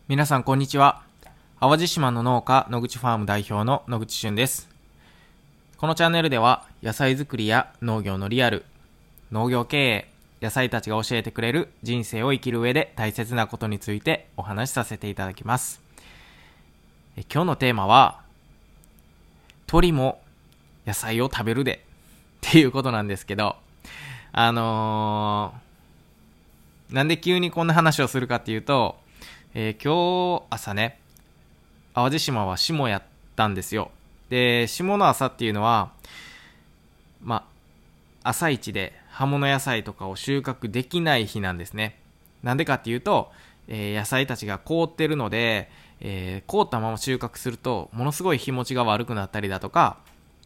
皆さんこんにちは。淡路島の農家野口ファーム代表の野口俊です。このチャンネルでは野菜作りや農業のリアル、農業経営、野菜たちが教えてくれる人生を生きる上で大切なことについてお話しさせていただきます。今日のテーマは鳥も野菜を食べるでっていうことなんですけど、なんで急にこんな話をするかっていうと、今日朝ね、淡路島は霜やったんですよ。で、霜の朝っていうのは、朝一で葉物野菜とかを収穫できない日なんですね。なんでかっていうと、野菜たちが凍ってるので、凍ったまま収穫すると、ものすごい日持ちが悪くなったりだとか、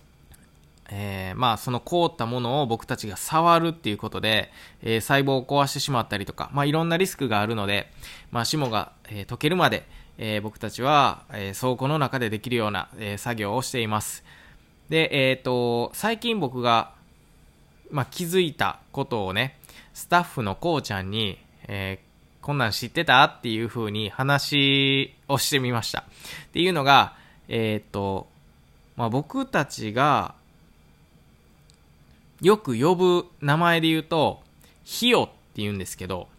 その凍ったものを僕たちが触るっていうことで、細胞を壊してしまったりとか、いろんなリスクがあるので、霜が、溶けるまで、僕たちは、倉庫の中でできるような、作業をしています。で、最近僕が、気づいたことをね、スタッフのこうちゃんに、こんなん知ってたっていう風に話をしてみました。っていうのが、僕たちがよく呼ぶ名前で言うと、ヒヨって言うんですけど、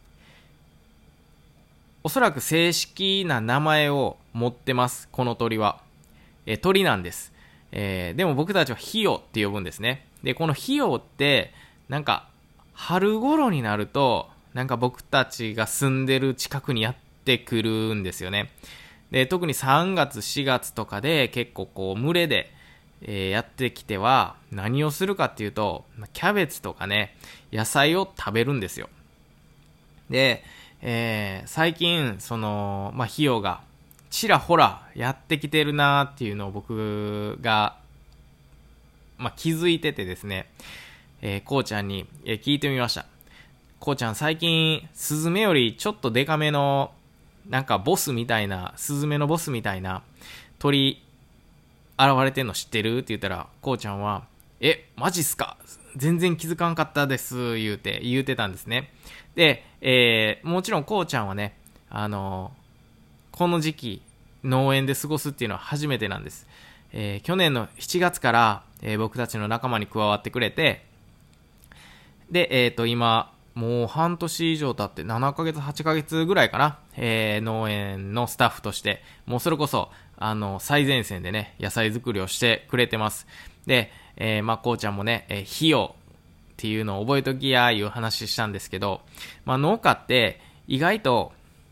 おそらく正式な名前を持ってます、この鳥は。鳥なんです。でも僕たちはヒヨって呼ぶんですね。で、このヒヨって、春頃になると、僕たちが住んでる近くにやってくるんですよね。で、特に3月、4月とかで結構群れで、やってきては何をするかっていうと、キャベツとかね、野菜を食べるんですよ。で、最近ヒヨがちらほらやってきてるなーっていうのを僕が気づいててですね、こうちゃんに、聞いてみました。こうちゃん、最近スズメよりちょっとデカめのボスみたいな、スズメのボスみたいな鳥現れてんの知ってるって言ったら、こうちゃんは、マジっすか、全然気づかんかったです言うてたんですね。で、もちろんこうちゃんはね、この時期農園で過ごすっていうのは初めてなんです。去年の7月から、僕たちの仲間に加わってくれて、で、今もう半年以上経って7ヶ月8ヶ月ぐらいかな、農園のスタッフとしてもうそれこそ最前線でね野菜作りをしてくれてます。で、こうちゃんもね、費用っていうのを覚えときやいう話したんですけど、農家って意外と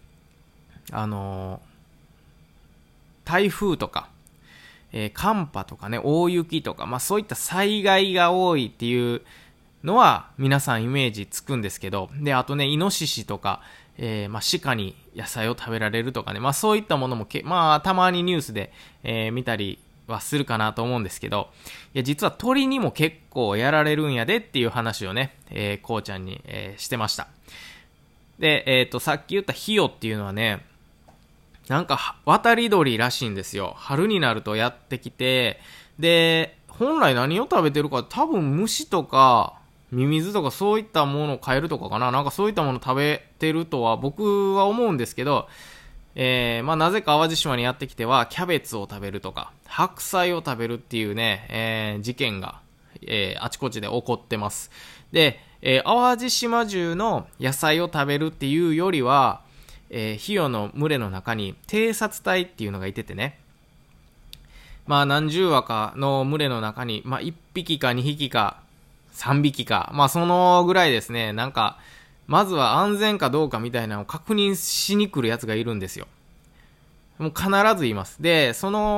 台風とか、寒波とかね、大雪とか、そういった災害が多いっていうのは皆さんイメージつくんですけど、で、あとね、イノシシとか、鹿に野菜を食べられるとかね、そういったものもたまにニュースで、見たりはするかなと思うんですけど、いや、実は鳥にも結構やられるんやでっていう話をね、こうちゃんに、してました。で、さっき言ったヒヨっていうのはね、渡り鳥らしいんですよ。春になるとやってきて、で、本来何を食べてるか、多分虫とか、ミミズとかそういったもの、カエルとかかな、そういったもの食べてるとは僕は思うんですけど、なぜか淡路島にやってきては、キャベツを食べるとか、白菜を食べるっていうね、事件が、あちこちで起こってます。で、淡路島中の野菜を食べるっていうよりは、ヒヨの群れの中に偵察隊っていうのがいててね、何十羽かの群れの中に、1匹か2匹か3匹か、そのぐらいですね、まずは安全かどうかみたいなのを確認しに来るやつがいるんですよ。もう必ずいます。で、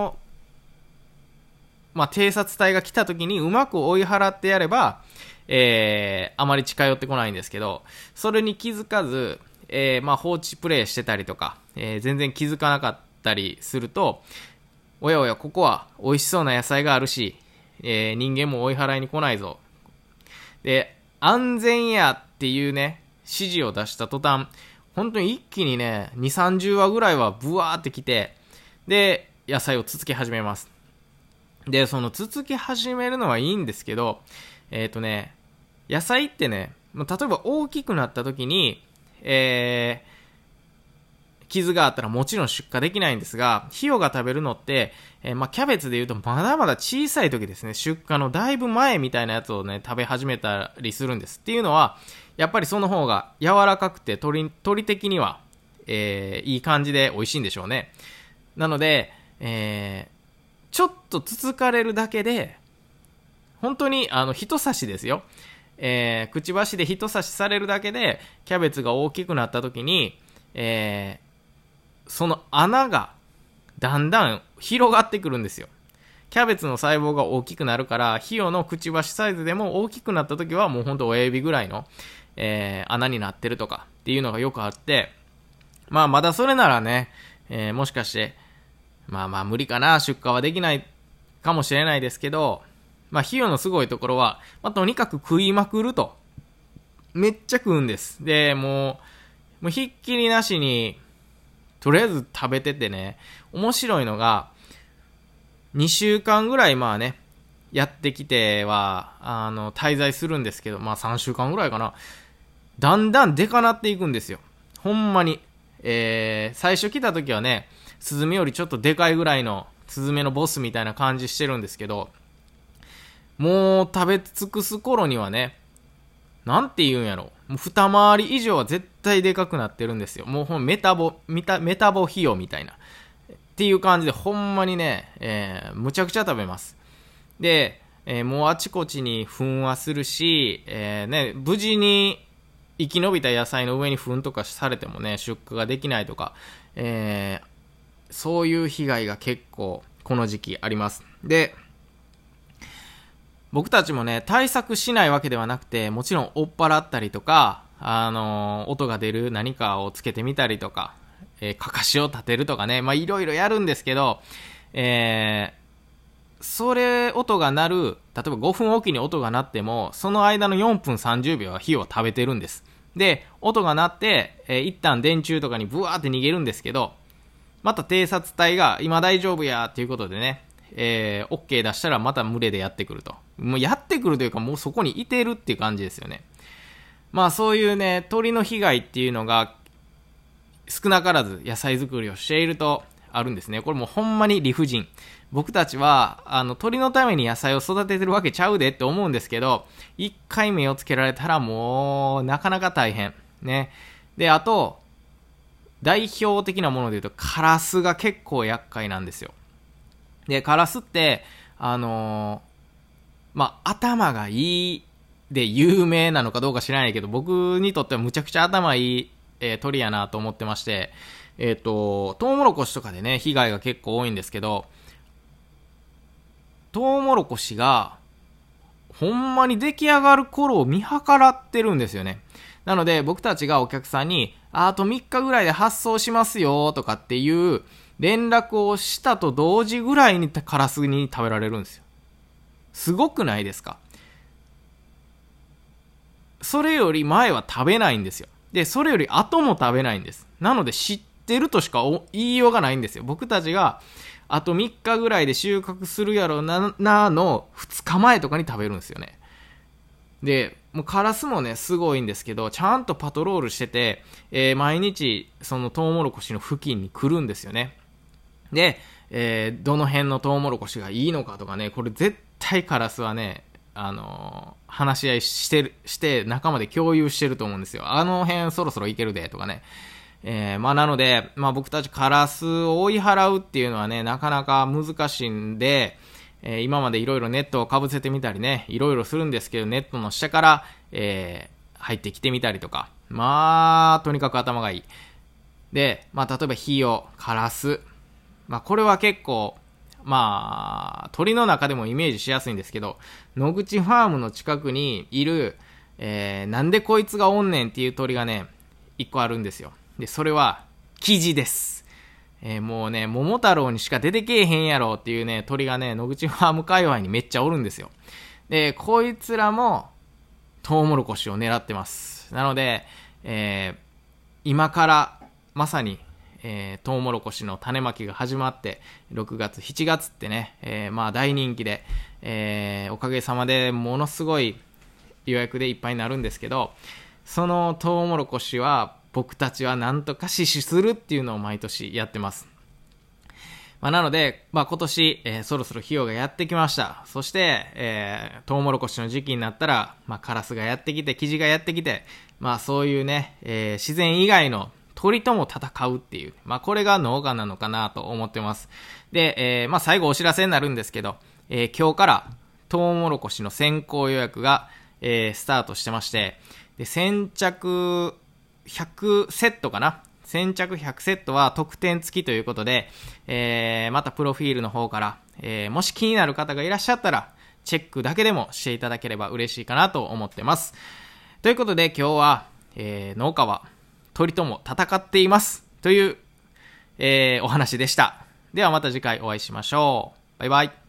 偵察隊が来た時にうまく追い払ってやれば、あまり近寄ってこないんですけど、それに気づかず、放置プレイしてたりとか、全然気づかなかったりすると、おやおや、ここは美味しそうな野菜があるし、人間も追い払いに来ないぞ。で、安全やっていうね、指示を出した途端、本当に一気にね、2、30羽ぐらいはブワーって来て、で、野菜をつつき始めます。で、そのつつき始めるのはいいんですけど、野菜ってね、例えば大きくなった時に、 傷があったらもちろん出荷できないんですが、ヒヨが食べるのって、キャベツで言うとまだまだ小さい時ですね、出荷のだいぶ前みたいなやつをね、食べ始めたりするんです。っていうのは、やっぱりその方が柔らかくて鳥的には、いい感じで美味しいんでしょうね。なので、ちょっとつつかれるだけで、本当に一刺しですよ。くちばしで一刺しされるだけで、キャベツが大きくなった時に、その穴がだんだん広がってくるんですよ。キャベツの細胞が大きくなるから、ヒヨのくちばしサイズでも大きくなった時はもうほんと親指ぐらいの、穴になってるとかっていうのがよくあって、まだそれならね、もしかして、無理かな、出荷はできないかもしれないですけど、ヒヨのすごいところは、とにかく食いまくると。めっちゃ食うんです。で、もうひっきりなしに、とりあえず食べててね、面白いのが、2週間ぐらいやってきては、滞在するんですけど、3週間ぐらいかな。だんだんでかなっていくんですよ。ほんまに。最初来た時はね、スズメよりちょっとでかいぐらいの、スズメのボスみたいな感じしてるんですけど、もう食べ尽くす頃にはね、なんて言うんやろ。もう二回り以上は絶対でかくなってるんですよ。もうメタボヒヨみたいな。っていう感じで、ほんまにね、むちゃくちゃ食べます。で、もうあちこちに糞はするし、無事に生き延びた野菜の上に糞とかされてもね、出荷ができないとか、そういう被害が結構この時期あります。で、僕たちもね、対策しないわけではなくて、もちろん追っ払ったりとか、音が出る何かをつけてみたりとか、かかしを立てるとかね、いろいろやるんですけど、それ音が鳴る、例えば5分おきに音が鳴っても、その間の4分30秒は火を食べてるんです。で、音が鳴って、一旦電柱とかにブワーって逃げるんですけど、また偵察隊が今大丈夫やっていうことでね、OK 出したらまた群れでやってくると。もうやってくるというか、もうそこにいてるっていう感じですよね。そういうね、鳥の被害っていうのが少なからず野菜作りをしているとあるんですね。これもうほんまに理不尽。僕たちは鳥のために野菜を育ててるわけちゃうでって思うんですけど、一回目をつけられたらもうなかなか大変ね。で、あと代表的なもので言うとカラスが結構厄介なんですよ。で、カラスって頭がいいで有名なのかどうか知らないけど、僕にとってはむちゃくちゃ頭いい、鳥やなと思ってまして、トウモロコシとかでね、被害が結構多いんですけど、トウモロコシがほんまに出来上がる頃を見計らってるんですよね。なので僕たちがお客さんにあと3日ぐらいで発送しますよとかっていう連絡をしたと同時ぐらいにカラスに食べられるんですよ。すごくないですか？それより前は食べないんですよ。で、それより後も食べないんです。なので知ってるとしか言いようがないんですよ。僕たちがあと3日ぐらいで収穫するやろなの2日前とかに食べるんですよね。で、もうカラスもね、すごいんですけど、ちゃんとパトロールしてて、毎日そのトウモロコシの付近に来るんですよね。で、どの辺のトウモロコシがいいのかとかね、これ絶対カラスはね、話し合いして仲間で共有してると思うんですよ。あの辺そろそろいけるでとかね。なので、僕たちカラスを追い払うっていうのはね、なかなか難しいんで、今までいろいろネットをかぶせてみたりね、いろいろするんですけど、ネットの下から、入ってきてみたりとか、とにかく頭がいい。で、例えばヒヨ、カラス。これは結構、鳥の中でもイメージしやすいんですけど、野口ファームの近くにいる、なんでこいつがおんねんっていう鳥がね、一個あるんですよ。で、それは、キジです。もうね、桃太郎にしか出てけえへんやろっていうね、鳥がね、野口ファーム界隈にめっちゃおるんですよ。で、こいつらも、トウモロコシを狙ってます。なので、今から、まさに、トウモロコシの種まきが始まって、6月、7月ってね、大人気で、おかげさまでものすごい予約でいっぱいになるんですけど、そのトウモロコシは、 僕たちはなんとか死守するっていうのを毎年やってます。なので、今年、そろそろ費用がやってきました。そして、トウモロコシの時期になったら、カラスがやってきて、キジがやってきて、そういうね、自然以外の鳥とも戦うっていう、これが農家なのかなと思ってます。で、最後お知らせになるんですけど、今日からトウモロコシの先行予約が、スタートしてまして、で、先着100セットかな、先着100セットは特典付きということで、またプロフィールの方から、もし気になる方がいらっしゃったら、チェックだけでもしていただければ嬉しいかなと思ってます。ということで今日は、農家は鳥とも戦っていますという、お話でした。ではまた次回お会いしましょう。バイバイ。